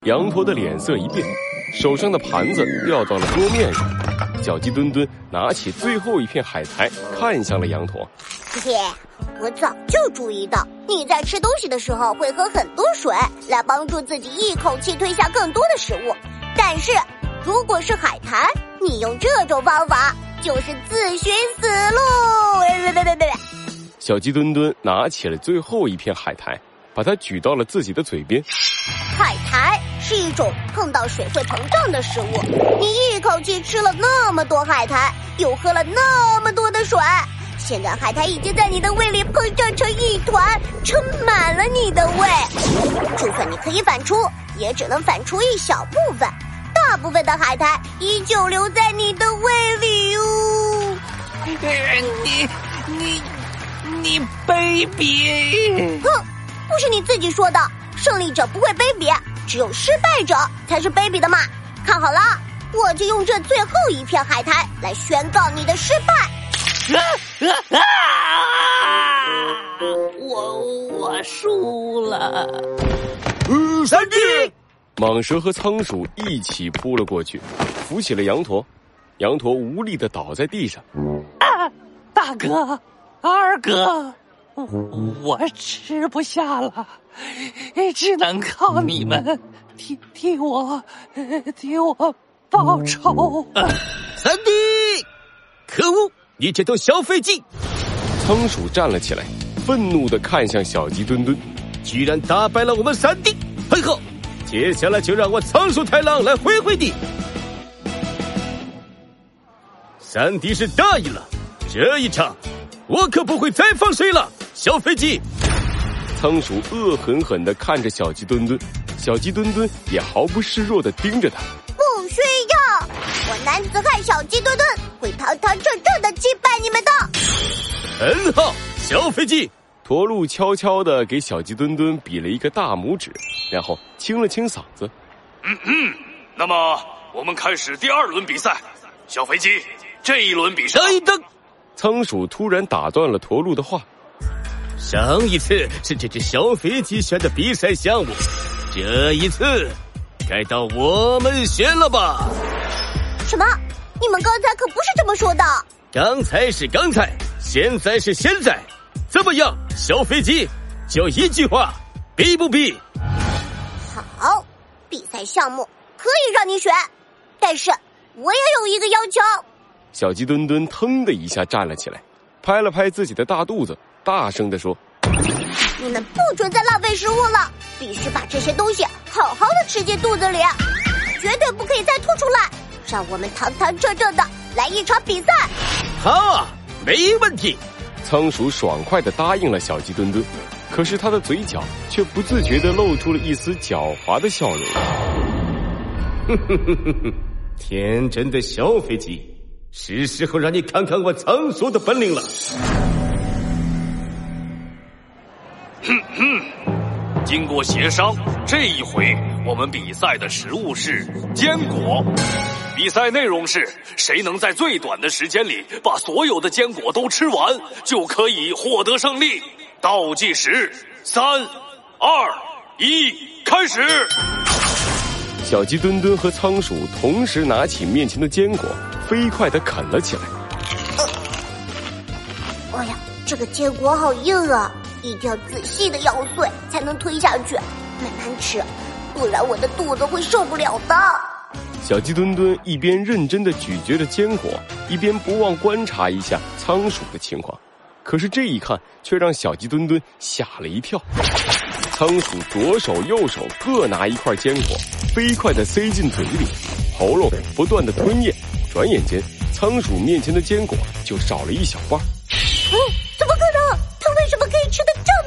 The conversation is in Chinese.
羊驼的脸色一变，手上的盘子掉到了桌面上。小鸡墩墩拿起最后一片海苔，看向了羊驼。 嘿嘿，我早就注意到你在吃东西的时候会喝很多水，来帮助自己一口气吞下更多的食物。但是，如果是海苔，你用这种方法就是自寻死路。 小鸡墩墩拿起了最后一片海苔，把它举到了自己的嘴边。 海苔是一种碰到水会膨胀的食物，你一口气吃了那么多海苔，又喝了那么多的水，现在海苔已经在你的胃里膨胀成一团，撑满了你的胃。就算你可以反刍，也只能反刍一小部分，大部分的海苔依旧留在你的胃里哦。 你卑鄙！ 哼，不是你自己说的，胜利者不会卑鄙，只有失败者才是卑鄙的嘛。看好了，我就用这最后一片海苔来宣告你的失败。 我输了。 三弟！ 蟒蛇和仓鼠一起扑了过去，扶起了羊驼。羊驼无力地倒在地上。 大哥，二哥，我吃不下了，只能靠你们替我报仇。 三弟，可恶！你这头小飞机！ 仓鼠站了起来，愤怒地看向小鸡墩墩， 居然打败了我们三弟！很好，接下来就让我仓鼠太郎来会会你。三弟是大意了，这一场我可不会再放水了，小飞机！ 仓鼠恶狠狠地看着小鸡墩墩，小鸡墩墩也毫不示弱地盯着他。 不需要，我男子汉小鸡墩墩会堂堂正正地击败你们的。 很好，小飞机！ 驼鹿悄悄地给小鸡墩墩比了一个大拇指，然后清了清嗓子。 那么我们开始第二轮比赛。小飞机，这一轮比赛。 等！ 仓鼠突然打断了驼鹿的话。 上一次是这只小飞机选的比赛项目，这一次该到我们选了吧？ 什么？你们刚才可不是这么说的。 刚才是刚才，现在是现在。怎么样，小飞机？就一句话，比不比？ 好，比赛项目可以让你选，但是我也有一个要求。 小鸡墩墩腾的一下站了起来，拍了拍自己的大肚子，大声地说： 你们不准再浪费食物了，必须把这些东西好好的吃进肚子里，绝对不可以再吐出来，让我们堂堂正正的来一场比赛。 好啊，没问题。 仓鼠爽快地答应了小鸡墩墩，可是他的嘴角却不自觉地露出了一丝狡猾的笑容。 天真的小飞机，是时候让你看看我仓鼠的本领了。 经过协商，这一回我们比赛的食物是坚果。比赛内容是谁能在最短的时间里把所有的坚果都吃完，就可以获得胜利。倒计时，3、2、1，开始！ 小鸡墩墩和仓鼠同时拿起面前的坚果，飞快地啃了起来。 哎呀，这个坚果好硬啊，一定要仔细的咬碎才能吞下去，慢慢吃，不然我的肚子会受不了的。 小鸡墩墩一边认真地咀嚼着坚果，一边不忘观察一下仓鼠的情况。可是这一看却让小鸡墩墩吓了一跳。仓鼠左手右手各拿一块坚果，飞快地塞进嘴里，喉咙不断地吞咽。转眼间，仓鼠面前的坚果就少了一小半。 怎么可能？它为什么可以吃得这